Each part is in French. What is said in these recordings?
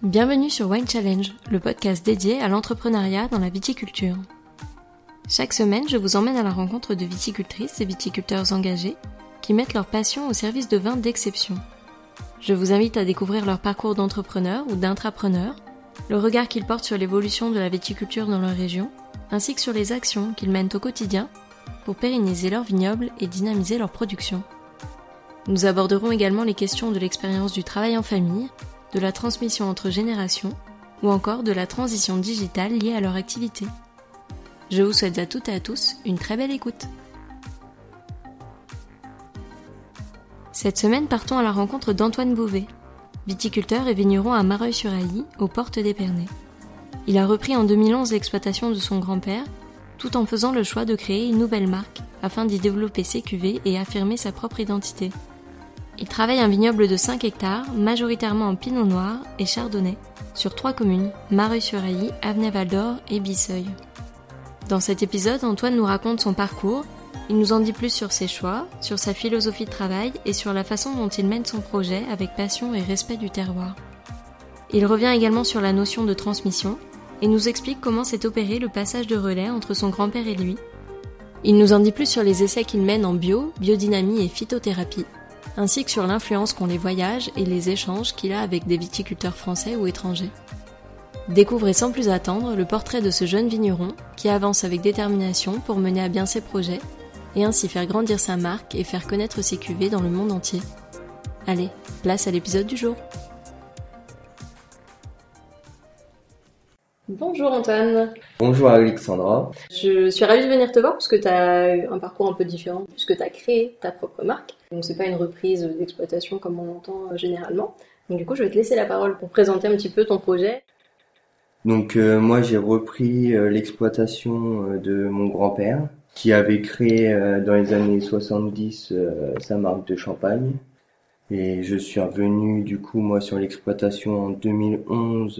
Bienvenue sur Wine Challenge, le podcast dédié à l'entrepreneuriat dans la viticulture. Chaque semaine, je vous emmène à la rencontre de viticultrices et viticulteurs engagés qui mettent leur passion au service de vins d'exception. Je vous invite à découvrir leur parcours d'entrepreneur ou d'intrapreneur, le regard qu'ils portent sur l'évolution de la viticulture dans leur région, ainsi que sur les actions qu'ils mènent au quotidien pour pérenniser leur vignoble et dynamiser leur production. Nous aborderons également les questions de l'expérience du travail en famille, de la transmission entre générations ou encore de la transition digitale liée à leur activité. Je vous souhaite à toutes et à tous une très belle écoute. Cette semaine, partons à la rencontre d'Antoine Beauvais, viticulteur et vigneron à Mareuil-sur-Ailly, aux portes d'Épernay. Il a repris en 2011 l'exploitation de son grand-père, tout en faisant le choix de créer une nouvelle marque afin d'y développer ses cuvées et affirmer sa propre identité. Il travaille un vignoble de 5 hectares, majoritairement en pinot noir et chardonnay, sur 3 communes, Mareuil-sur-Ailly, Avenay-Val-d'Or et Bisseuil. Dans cet épisode, Antoine nous raconte son parcours, il nous en dit plus sur ses choix, sur sa philosophie de travail et sur la façon dont il mène son projet avec passion et respect du terroir. Il revient également sur la notion de transmission et nous explique comment s'est opéré le passage de relais entre son grand-père et lui. Il nous en dit plus sur les essais qu'il mène en bio, biodynamie et phytothérapie, ainsi que sur l'influence qu'ont les voyages et les échanges qu'il a avec des viticulteurs français ou étrangers. Découvrez sans plus attendre le portrait de ce jeune vigneron qui avance avec détermination pour mener à bien ses projets et ainsi faire grandir sa marque et faire connaître ses cuvées dans le monde entier. Allez, place à l'épisode du jour. Bonjour Antoine. Bonjour Alexandra. Je suis ravie de venir te voir parce que tu as eu un parcours un peu différent, puisque tu as créé ta propre marque. Donc c'est pas une reprise d'exploitation comme on l'entend généralement. Donc du coup, je vais te laisser la parole pour présenter un petit peu ton projet. Donc moi j'ai repris l'exploitation de mon grand-père qui avait créé dans les années 70 sa marque de champagne. Et je suis revenu du coup moi sur l'exploitation en 2011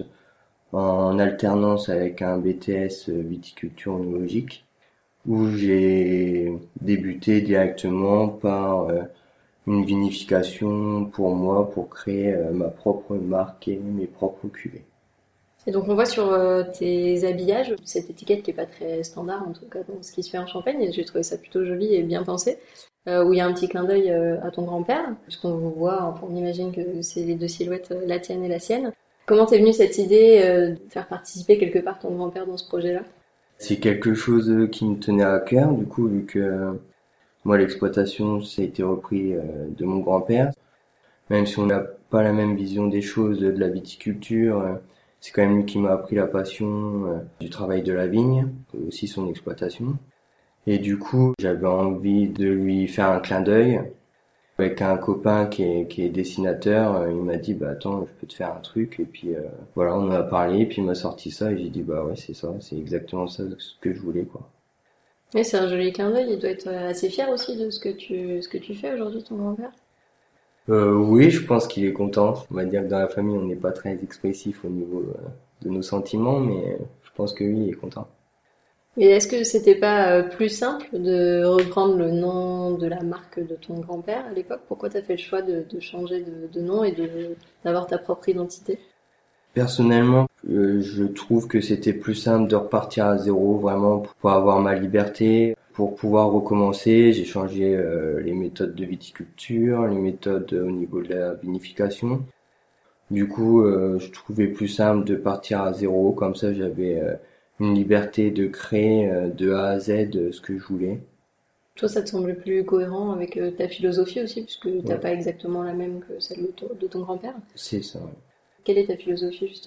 en alternance avec un BTS viticulture oenologique où j'ai débuté directement par une vinification pour moi pour créer ma propre marque et mes propres cuvées. Et donc on voit sur tes habillages cette étiquette qui est pas très standard en tout cas dans ce qui se fait en Champagne et j'ai trouvé ça plutôt joli et bien pensé où il y a un petit clin d'œil à ton grand-père puisqu'on vous voit, on imagine que c'est les deux silhouettes, la tienne et la sienne. Comment t'es venue cette idée de faire participer quelque part ton grand-père dans ce projet-là ? C'est quelque chose qui me tenait à cœur, du coup, vu que moi, l'exploitation, ça a été repris de mon grand-père. Même si on n'a pas la même vision des choses de la viticulture, c'est quand même lui qui m'a appris la passion du travail de la vigne, et aussi son exploitation. Et du coup, j'avais envie de lui faire un clin d'œil. Avec un copain qui est dessinateur, il m'a dit attends, je peux te faire un truc et puis voilà, on en a parlé et puis il m'a sorti ça et j'ai dit ouais, c'est ça, c'est exactement ça ce que je voulais quoi. Oui, c'est un joli clin d'œil, il doit être assez fier aussi de ce que tu fais aujourd'hui ton grand-père. Oui, je pense qu'il est content. On va dire que dans la famille, on n'est pas très expressif au niveau de nos sentiments, mais je pense que oui, il est content. Et est-ce que c'était pas plus simple de reprendre le nom de la marque de ton grand-père à l'époque ? Pourquoi t'as fait le choix de changer de nom et d'avoir ta propre identité ? Personnellement, je trouve que c'était plus simple de repartir à zéro, vraiment, pour avoir ma liberté, pour pouvoir recommencer. J'ai changé les méthodes de viticulture, les méthodes au niveau de la vinification. Du coup, je trouvais plus simple de partir à zéro, comme ça j'avais une liberté de créer de A à Z ce que je voulais. Toi, ça te semble plus cohérent avec ta philosophie aussi, puisque t'as Ouais. pas exactement la même que celle de ton grand-père. C'est ça. Ouais. Quelle est ta philosophie justement ?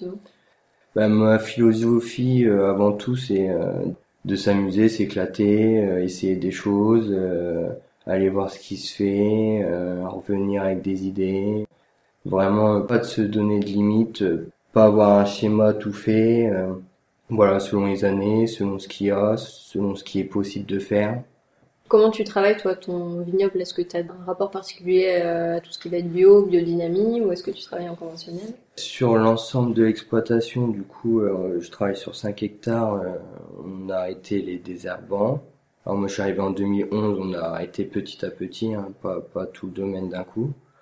Ma philosophie, avant tout, c'est de s'amuser, s'éclater, essayer des choses, aller voir ce qui se fait, revenir avec des idées. Vraiment, pas de se donner de limites, pas avoir un schéma tout fait. Voilà, selon les années, selon ce qu'il y a, selon ce qui est possible de faire. Comment tu travailles toi ton vignoble ? Est-ce que tu as un rapport particulier à tout ce qui va être bio, biodynamie, ou est-ce que tu travailles en conventionnel ? Sur l'ensemble de l'exploitation, du coup, je travaille sur 5 hectares. On a arrêté les désherbants. Alors moi, je suis arrivé en 2011, on a arrêté petit à petit, pas tout le domaine d'un coup.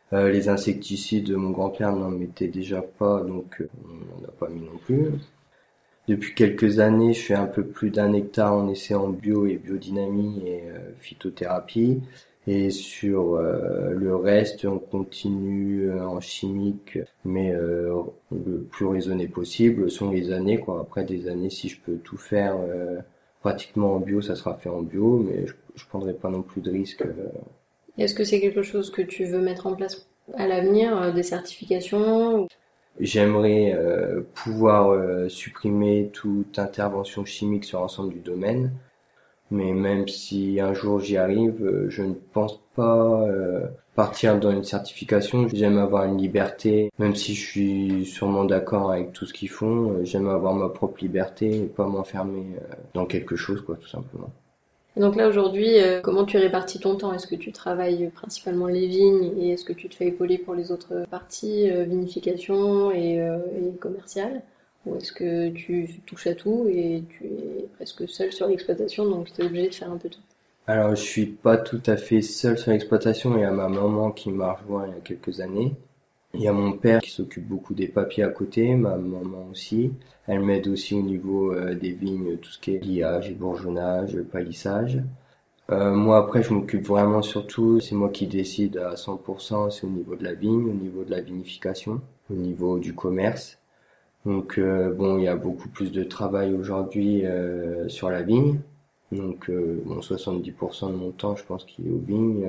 Les insecticides, mon grand-père n'en mettait déjà pas, donc on n'en a pas mis non plus. Depuis quelques années, je fais un peu plus d'1 hectare en essai en bio et biodynamie et phytothérapie. Et sur le reste, on continue en chimique, mais le plus raisonné possible sont les années, quoi. Après des années, si je peux tout faire pratiquement en bio, ça sera fait en bio, mais je prendrai pas non plus de risques. Est-ce que c'est quelque chose que tu veux mettre en place à l'avenir, des certifications? J'aimerais pouvoir supprimer toute intervention chimique sur l'ensemble du domaine, mais même si un jour j'y arrive, je ne pense pas partir dans une certification. J'aime avoir une liberté, même si je suis sûrement d'accord avec tout ce qu'ils font, j'aime avoir ma propre liberté et pas m'enfermer dans quelque chose, quoi, tout simplement. Et donc là aujourd'hui, comment tu répartis ton temps? Est-ce que tu travailles principalement les vignes et est-ce que tu te fais épauler pour les autres parties, vinification et commerciale? Ou est-ce que tu touches à tout et tu es presque seul sur l'exploitation, donc tu es obligé de faire un peu tout? Alors, je suis pas tout à fait seul sur l'exploitation. Il y a ma maman qui m'a rejoint il y a quelques années. Il y a mon père qui s'occupe beaucoup des papiers à côté, ma maman aussi. Elle m'aide aussi au niveau des vignes, tout ce qui est liage, bourgeonnage, palissage. Moi après je m'occupe vraiment surtout, c'est moi qui décide à 100%, c'est au niveau de la vigne, au niveau de la vinification, au niveau du commerce. Donc bon, il y a beaucoup plus de travail aujourd'hui sur la vigne. Donc bon, 70% de mon temps je pense qu'il est aux vignes.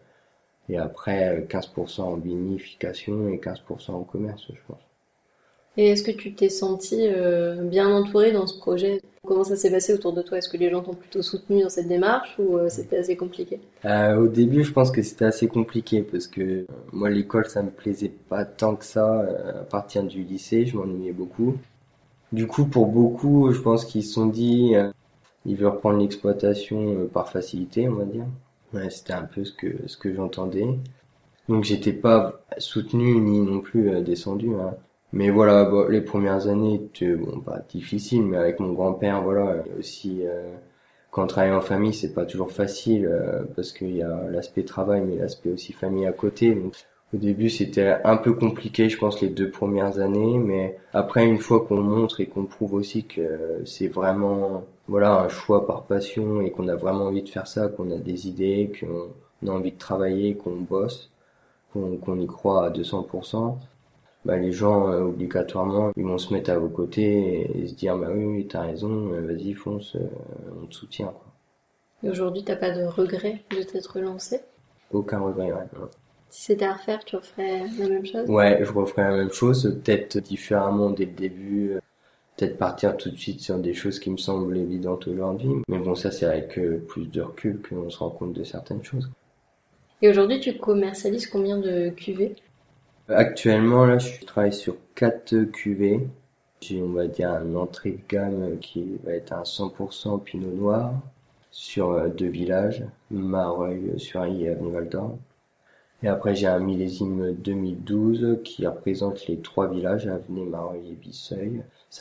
Et après 15% en vinification et 15% en commerce, je pense. Et est-ce que tu t'es senti bien entouré dans ce projet? Comment ça s'est passé autour de toi? Est-ce que les gens t'ont plutôt soutenu dans cette démarche ou c'était assez compliqué? Au début, je pense que c'était assez compliqué parce que moi, l'école, ça me plaisait pas tant que ça. À partir du lycée, je m'ennuyais beaucoup. Du coup, pour beaucoup, je pense qu'ils se sont dit, ils veulent reprendre l'exploitation par facilité, on va dire. Ouais, c'était un peu ce que j'entendais. Donc, j'étais pas soutenu ni non plus descendu, hein. Mais voilà, bon, les premières années étaient bon, pas difficiles, mais avec mon grand-père, voilà, et aussi quand on travaille en famille, c'est pas toujours facile parce qu'il y a l'aspect travail, mais l'aspect aussi famille à côté. Donc, au début, c'était un peu compliqué, je pense, les 2 premières années, mais après, une fois qu'on montre et qu'on prouve aussi que c'est vraiment, voilà, un choix par passion et qu'on a vraiment envie de faire ça, qu'on a des idées, qu'on a envie de travailler, qu'on bosse, qu'on y croit à 200%. Bah, les gens, obligatoirement, ils vont se mettre à vos côtés et se dire, bah oui, oui, t'as raison, vas-y, fonce, on te soutient, quoi. Et aujourd'hui, t'as pas de regret de t'être lancé? Aucun regret, ouais. Si c'était à refaire, tu referais la même chose? Ouais, je referais la même chose, peut-être différemment dès le début, peut-être partir tout de suite sur des choses qui me semblent évidentes aujourd'hui. Mais bon, ça, c'est avec plus de recul qu'on se rend compte de certaines choses. Et aujourd'hui, tu commercialises combien de cuvées? Actuellement, là, je travaille sur 4 cuvées. J'ai, on va dire, un entrée de gamme qui va être un 100% Pinot Noir sur 2 villages, Mareuil-sur-Aille et Avenue-Val-d'Or. Et après, j'ai un millésime 2012 qui représente les 3 villages, Avenay, Mareuil et Bisseuil.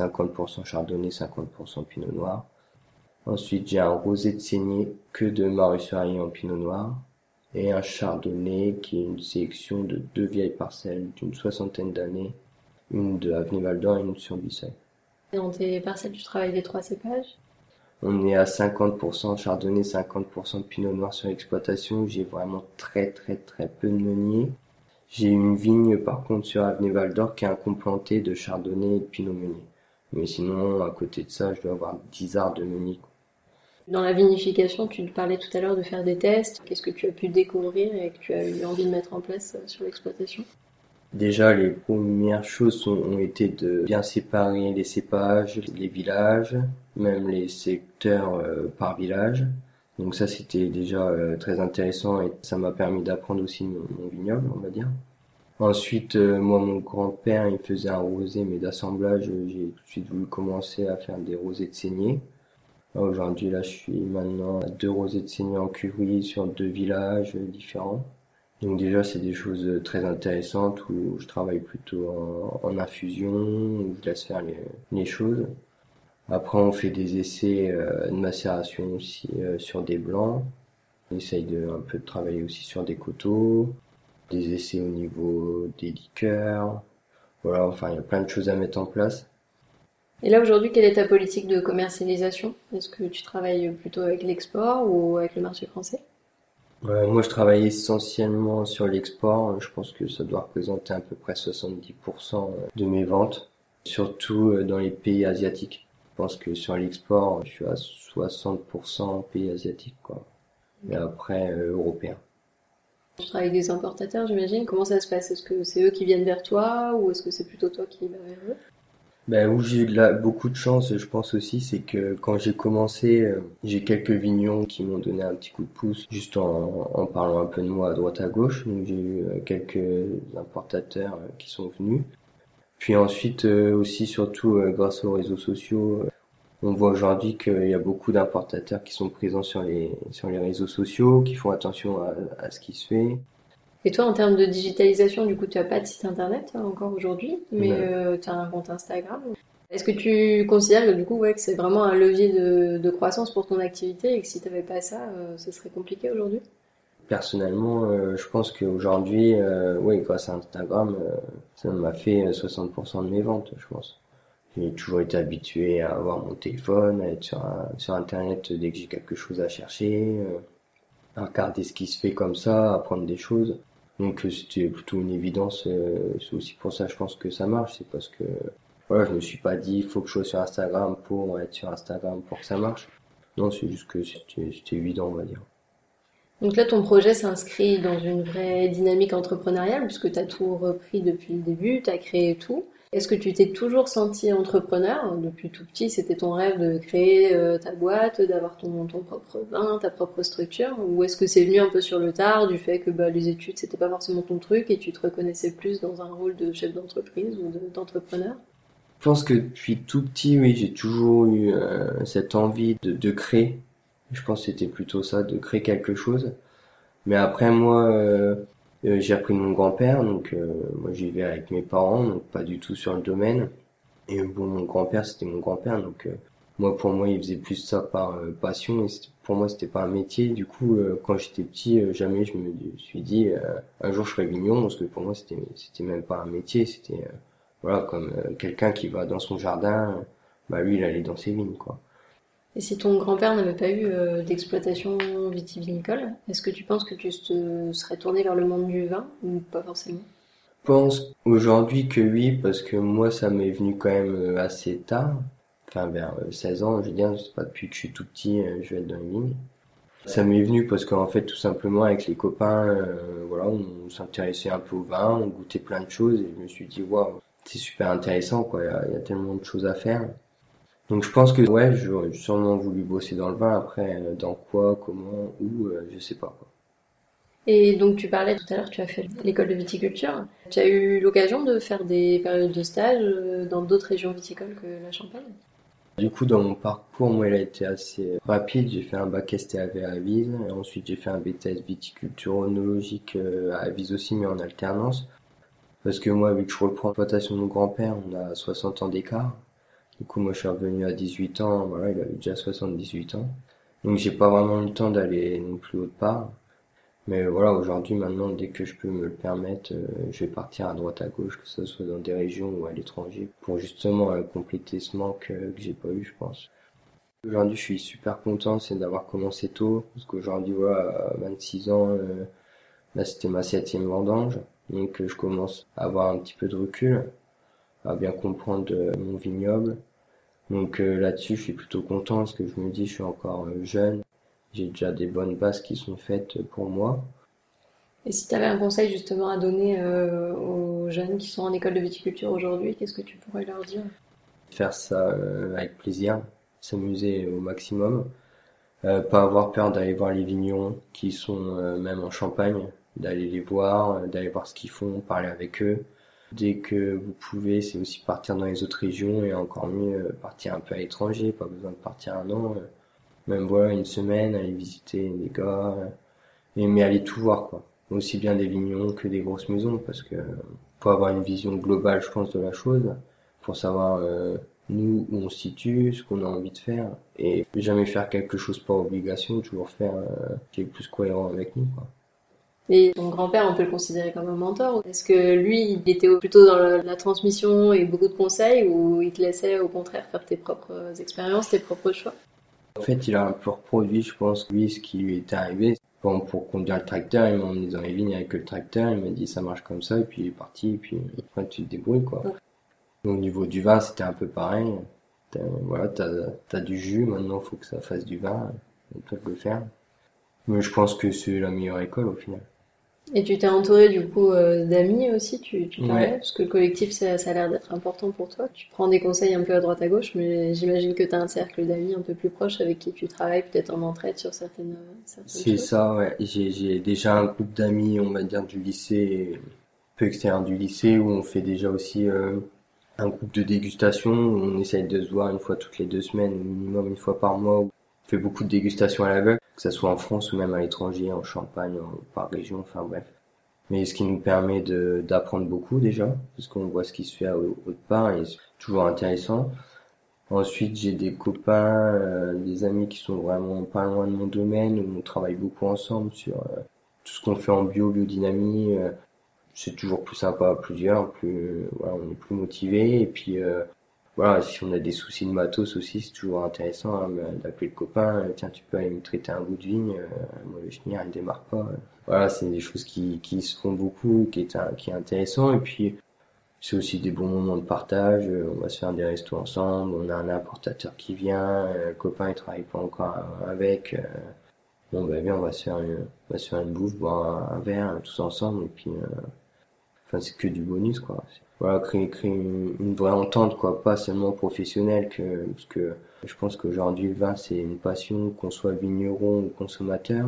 50% Chardonnay, 50% Pinot Noir. Ensuite, j'ai un rosé de saignée que de Mareuil-sur-Aille en Pinot Noir. Et un chardonnay qui est une sélection de 2 vieilles parcelles d'une 60aine d'années, une de Avenue Val-d'Or et une sur Bisseuil. Dans tes parcelles, tu travailles les 3 cépages? On est à 50% chardonnay, 50% pinot noir sur l'exploitation. J'ai vraiment très très très peu de meunier. J'ai une vigne par contre sur Avenue Val-d'Or qui est un complanté de chardonnay et de pinot meunier. Mais sinon, à côté de ça, je dois avoir 10 arts de meunier. Dans la vinification, tu parlais tout à l'heure de faire des tests. Qu'est-ce que tu as pu découvrir et que tu as eu envie de mettre en place sur l'exploitation? Déjà, les premières choses ont été de bien séparer les cépages, les villages, même les secteurs par village. Donc ça, c'était déjà très intéressant et ça m'a permis d'apprendre aussi mon vignoble, on va dire. Ensuite, moi, mon grand-père, il faisait un rosé, mais d'assemblage, j'ai tout de suite voulu commencer à faire des rosés de saignée. Aujourd'hui, là, je suis maintenant à 2 rosés de saignée en cuverie sur 2 villages différents. Donc déjà, c'est des choses très intéressantes où je travaille plutôt en infusion, où je laisse faire les choses. Après, on fait des essais de macération aussi sur des blancs. On essaye un peu de travailler aussi sur des coteaux. des essais au niveau des liqueurs. Voilà, enfin, il y a plein de choses à mettre en place. Et là, aujourd'hui, quelle est ta politique de commercialisation? Est-ce que tu travailles plutôt avec l'export ou avec le marché français? Moi, je travaille essentiellement sur l'export. Je pense que ça doit représenter à peu près 70% de mes ventes, surtout dans les pays asiatiques. Je pense que sur l'export, je suis à 60% pays asiatiques, quoi. Et après, européen. Tu travailles avec des importateurs, j'imagine. Comment ça se passe? Est-ce que c'est eux qui viennent vers toi ou est-ce que c'est plutôt toi qui vas vers eux? Ben, où j'ai eu beaucoup de chance, je pense aussi, c'est que quand j'ai commencé, j'ai quelques vignerons qui m'ont donné un petit coup de pouce, juste en parlant un peu de moi à droite à gauche. Donc j'ai eu quelques importateurs qui sont venus. Puis ensuite aussi, surtout grâce aux réseaux sociaux, on voit aujourd'hui qu'il y a beaucoup d'importateurs qui sont présents sur les réseaux sociaux, qui font attention à ce qui se fait. Et toi, en termes de digitalisation, du coup, tu n'as pas de site internet encore aujourd'hui, mais Ben, tu as un compte Instagram. Est-ce que tu considères que du coup, ouais, que c'est vraiment un levier de croissance pour ton activité et que si tu n'avais pas ça, ce serait compliqué aujourd'hui? Personnellement, je pense qu'aujourd'hui, oui, grâce à Instagram, ça m'a fait 60% de mes ventes, je pense. J'ai toujours été habitué à avoir mon téléphone, à être sur Internet dès que j'ai quelque chose à chercher, à regarder ce qui se fait comme ça, à apprendre des choses. Donc c'était plutôt une évidence. C'est aussi pour ça, je pense que ça marche. C'est parce que voilà, je me suis pas dit, il faut que je sois sur Instagram pour être sur Instagram pour que ça marche. Non, c'est juste que c'était évident, on va dire. Donc là, ton projet s'inscrit dans une vraie dynamique entrepreneuriale puisque tu as tout repris depuis le début, tu as créé tout. Est-ce que tu t'es toujours senti entrepreneur? Depuis tout petit, c'était ton rêve de créer ta boîte, d'avoir ton propre vin, ta propre structure? Ou est-ce que c'est venu un peu sur le tard du fait que bah, les études, c'était pas forcément ton truc et tu te reconnaissais plus dans un rôle de chef d'entreprise ou d'entrepreneur? Je pense que depuis tout petit, oui, j'ai toujours eu cette envie de créer. Je pense que c'était plutôt ça, de créer quelque chose. Mais après, moi, j'ai appris de mon grand-père, donc moi j'y vais avec mes parents, donc pas du tout sur le domaine. Et bon, mon grand-père, c'était mon grand-père, donc moi, pour moi, il faisait plus ça par passion, et pour moi, c'était pas un métier. Du coup, quand j'étais petit, jamais je me suis dit un jour je serai vigneron, parce que pour moi, c'était même pas un métier, c'était voilà, comme quelqu'un qui va dans son jardin, bah lui, il allait dans ses vignes, quoi. Et si ton grand-père n'avait pas eu d'exploitation vitivinicole, est-ce que tu penses que tu te serais tourné vers le monde du vin ou pas forcément? Je pense aujourd'hui que oui, parce que moi, ça m'est venu quand même assez tard. Enfin, vers 16 ans, je veux dire, c'est pas depuis que je suis tout petit, je vais être dans les vignes. Ça m'est venu parce qu'en fait, tout simplement, avec les copains, voilà, on s'intéressait un peu au vin, on goûtait plein de choses, et je me suis dit, waouh, c'est super intéressant, quoi, il y a tellement de choses à faire. Donc je pense que, ouais, j'aurais sûrement voulu bosser dans le vin, après, dans quoi, comment, où, je sais pas, quoi. Et donc tu parlais tout à l'heure, tu as fait l'école de viticulture. Tu as eu l'occasion de faire des périodes de stage dans d'autres régions viticoles que la Champagne? Du coup, dans mon parcours, moi, il a été assez rapide. J'ai fait un bac STAV à Avise, et ensuite j'ai fait un BTS viticulture onologique à Avise aussi, mais en alternance. Parce que moi, vu que je reprends l'exploitation de mon grand-père, on a 60 ans d'écart. Du coup, moi, je suis revenu à 18 ans, voilà, il avait déjà 78 ans. Donc, j'ai pas vraiment eu le temps d'aller non plus autre part. Mais voilà, aujourd'hui, maintenant, dès que je peux me le permettre, je vais partir à droite à gauche, que ce soit dans des régions ou à l'étranger, pour justement compléter ce manque que j'ai pas eu, je pense. Aujourd'hui, je suis super content, c'est d'avoir commencé tôt, parce qu'aujourd'hui, voilà, à 26 ans, là, c'était ma 7e vendange, donc je commence à avoir un petit peu de recul, à bien comprendre mon vignoble. Donc là-dessus, je suis plutôt content, parce que je me dis, je suis encore jeune, j'ai déjà des bonnes bases qui sont faites pour moi. Et si tu avais un conseil justement à donner aux jeunes qui sont en école de viticulture aujourd'hui, qu'est-ce que tu pourrais leur dire? Faire ça avec plaisir, s'amuser au maximum, pas avoir peur d'aller voir les vignerons qui sont même en Champagne, d'aller les voir, d'aller voir ce qu'ils font, parler avec eux. Dès que vous pouvez, c'est aussi partir dans les autres régions et encore mieux partir un peu à l'étranger, pas besoin de partir un an, même voilà une semaine, aller visiter des gars, mais aller tout voir quoi. Aussi bien des vignerons que des grosses maisons parce que faut avoir une vision globale, je pense, de la chose, pour savoir nous où on se situe, ce qu'on a envie de faire et jamais faire quelque chose par obligation, toujours faire qui est plus cohérent avec nous quoi. Et ton grand-père, on peut le considérer comme un mentor? Est-ce que lui, il était plutôt dans la transmission et beaucoup de conseils, ou il te laissait au contraire faire tes propres expériences, tes propres choix? En fait, il a un peu reproduit, je pense, lui, ce qui lui était arrivé. Bon, pour conduire le tracteur, il m'a emmené dans les vignes avec le tracteur, il m'a dit ça marche comme ça, et puis il est parti, et puis après tu te débrouilles, quoi. Donc, au niveau du vin, c'était un peu pareil. Voilà, t'as du jus, maintenant faut que ça fasse du vin, on peut le faire. Mais je pense que c'est la meilleure école au final. Et tu t'es entouré du coup d'amis aussi, tu parlais, Ouais, parce que le collectif ça a l'air d'être important pour toi. Tu prends des conseils un peu à droite à gauche, mais j'imagine que tu as un cercle d'amis un peu plus proche avec qui tu travailles peut-être en entraide sur certaines c'est choses. ça, ouais. J'ai déjà un groupe d'amis, on va dire, du lycée, un peu extérieur du lycée, où on fait déjà aussi un groupe de dégustation, où on essaye de se voir une fois toutes les 2 semaines, au minimum une fois par mois. On fait beaucoup de dégustations à l'aveugle, que ce soit en France ou même à l'étranger, en Champagne, par région, enfin bref. Mais ce qui nous permet d'apprendre beaucoup déjà, parce qu'on voit ce qui se fait autre part et c'est toujours intéressant. Ensuite, j'ai des copains, des amis qui sont vraiment pas loin de mon domaine, où on travaille beaucoup ensemble sur tout ce qu'on fait en biodynamie. C'est toujours plus sympa à plusieurs, voilà, on est plus motivé. Et puis voilà, si on a des soucis de matos aussi, c'est toujours intéressant d'appeler le copain. Tiens, tu peux aller me traiter un bout de vigne. Moi, le chenillard, il démarre pas. Voilà, c'est des choses qui se font beaucoup, qui est intéressant. Et puis, c'est aussi des bons moments de partage. On va se faire des restos ensemble. On a un importateur qui vient. Le copain, il travaille pas encore avec. Bon, bah, bien, on va se faire une bouffe, boire un verre, tous ensemble. Et puis, enfin, c'est que du bonus, quoi. Voilà, créer une vraie entente, quoi, pas seulement professionnelle, parce que je pense qu'aujourd'hui, le vin, c'est une passion, qu'on soit vigneron ou consommateur.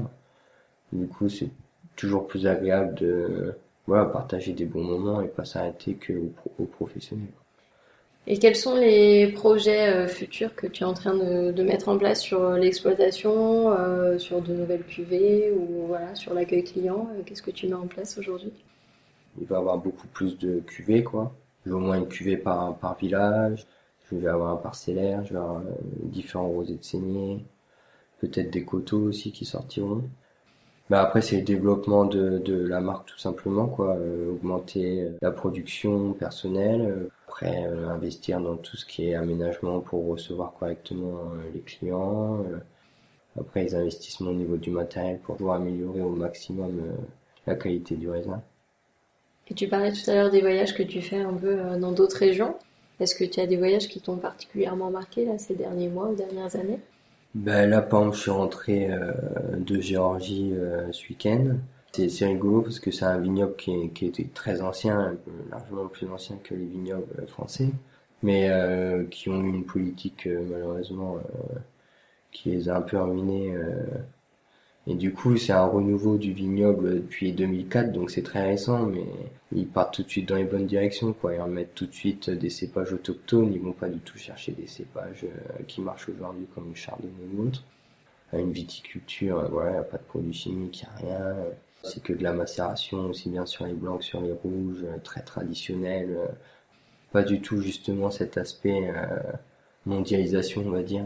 Du coup, c'est toujours plus agréable voilà, partager des bons moments et pas s'arrêter aux professionnels. Et quels sont les projets futurs que tu es en train de mettre en place sur l'exploitation, sur de nouvelles cuvées ou voilà, sur l'accueil client? Qu'est-ce que tu mets en place aujourd'hui? Il va y avoir beaucoup plus de cuvées, quoi. J'ai au moins une cuvée par village. Je vais avoir un parcellaire, je vais avoir différents rosés de saignée, peut-être des coteaux aussi qui sortiront. Bah après c'est le développement de la marque tout simplement quoi, augmenter la production personnelle, après investir dans tout ce qui est aménagement pour recevoir correctement les clients, après les investissements au niveau du matériel pour pouvoir améliorer au maximum la qualité du raisin. Et tu parlais tout à l'heure des voyages que tu fais un peu dans d'autres régions. Est-ce que tu as des voyages qui t'ont particulièrement marqué là ces derniers mois ou dernières années? Ben là par exemple je suis rentré de Géorgie ce week-end. C'est rigolo parce que c'est un vignoble qui était très ancien, largement plus ancien que les vignobles français, mais qui ont eu une politique malheureusement qui les a un peu ruinés. Et du coup, c'est un renouveau du vignoble depuis 2004, donc c'est très récent, mais ils partent tout de suite dans les bonnes directions, quoi. Ils remettent tout de suite des cépages autochtones, ils vont pas du tout chercher des cépages qui marchent aujourd'hui comme le chardonnay ou autre. Une viticulture, voilà, y a pas de produits chimiques, y a rien. C'est que de la macération, aussi bien sur les blancs que sur les rouges, très traditionnel. Pas du tout justement cet aspect mondialisation, on va dire,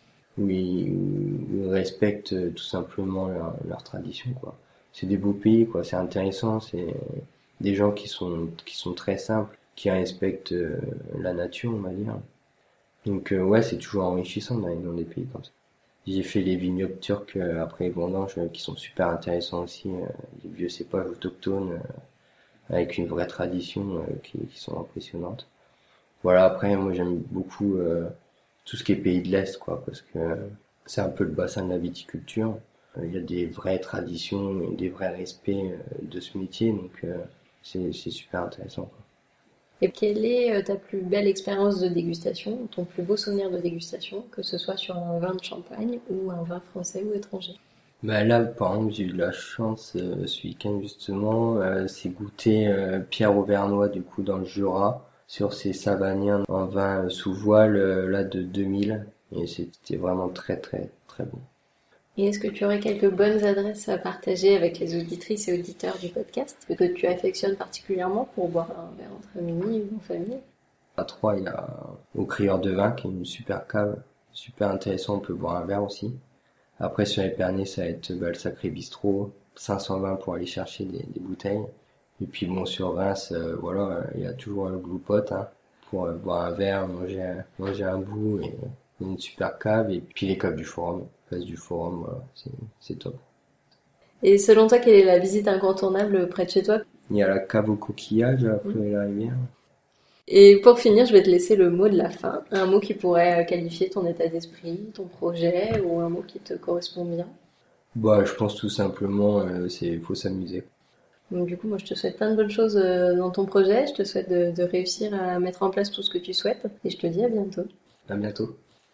où ils respectent tout simplement leur tradition, quoi. C'est des beaux pays, quoi. C'est intéressant, c'est des gens qui sont très simples, qui respectent la nature, on va dire. Donc ouais, c'est toujours enrichissant d'aller dans des pays comme ça. J'ai fait les vignobles turcs après les vendanges qui sont super intéressants aussi, des vieux cépages autochtones avec une vraie tradition qui sont impressionnantes. Voilà, après moi j'aime beaucoup tout ce qui est pays de l'Est, quoi, parce que c'est un peu le bassin de la viticulture. Il y a des vraies traditions et des vrais respects de ce métier, donc c'est super intéressant, quoi. Et quelle est ta plus belle expérience de dégustation, ton plus beau souvenir de dégustation, que ce soit sur un vin de Champagne ou un vin français ou étranger? Bah là, par exemple, j'ai eu de la chance ce week-end justement, c'est goûter Pierre Auvernois du coup dans le Jura sur ses Savagnin en vin sous voile là de 2000 et c'était vraiment très très très bon. Et est-ce que tu aurais quelques bonnes adresses à partager avec les auditrices et auditeurs du podcast que tu affectionnes particulièrement pour boire un verre entre amis ou en famille? À Troyes, il y a au Crieur de Vin qui est une super cave, super intéressant, on peut boire un verre aussi. Après sur Épernay, ça va être le Sacré Bistrot, 520 pour aller chercher des bouteilles. Et puis bon, sur Reims, voilà, il y a toujours le Blue Pot, hein, pour boire un verre, manger un bout, et une super cave, et puis les caves du Forum, place du Forum, voilà, c'est top. Et selon toi, quelle est la visite incontournable près de chez toi? Il y a la cave aux coquillages à la Fleury la Rivière. Et pour finir, je vais te laisser le mot de la fin. Un mot qui pourrait qualifier ton état d'esprit, ton projet, ou un mot qui te correspond bien. Bah, je pense tout simplement, faut s'amuser. Donc du coup, moi je te souhaite plein de bonnes choses dans ton projet, je te souhaite de réussir à mettre en place tout ce que tu souhaites, et je te dis à bientôt. À bientôt.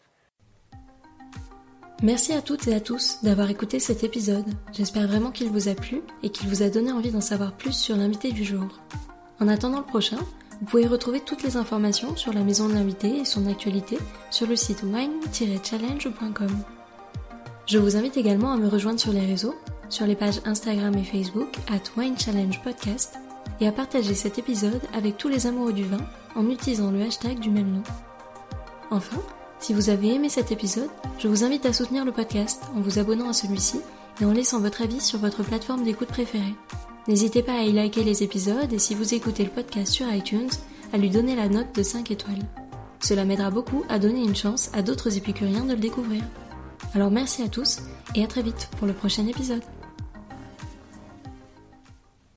Merci à toutes et à tous d'avoir écouté cet épisode. J'espère vraiment qu'il vous a plu et qu'il vous a donné envie d'en savoir plus sur l'invité du jour. En attendant le prochain, vous pouvez retrouver toutes les informations sur la maison de l'invité et son actualité sur le site wine-challenge.com. Je vous invite également à me rejoindre sur les réseaux, sur les pages Instagram et Facebook @WineChallengePodcast, et à partager cet épisode avec tous les amoureux du vin en utilisant le hashtag du même nom. Enfin, si vous avez aimé cet épisode, je vous invite à soutenir le podcast en vous abonnant à celui-ci et en laissant votre avis sur votre plateforme d'écoute préférée. N'hésitez pas à y liker les épisodes et si vous écoutez le podcast sur iTunes, à lui donner la note de 5 étoiles. Cela m'aidera beaucoup à donner une chance à d'autres épicuriens de le découvrir. Alors merci à tous et à très vite pour le prochain épisode.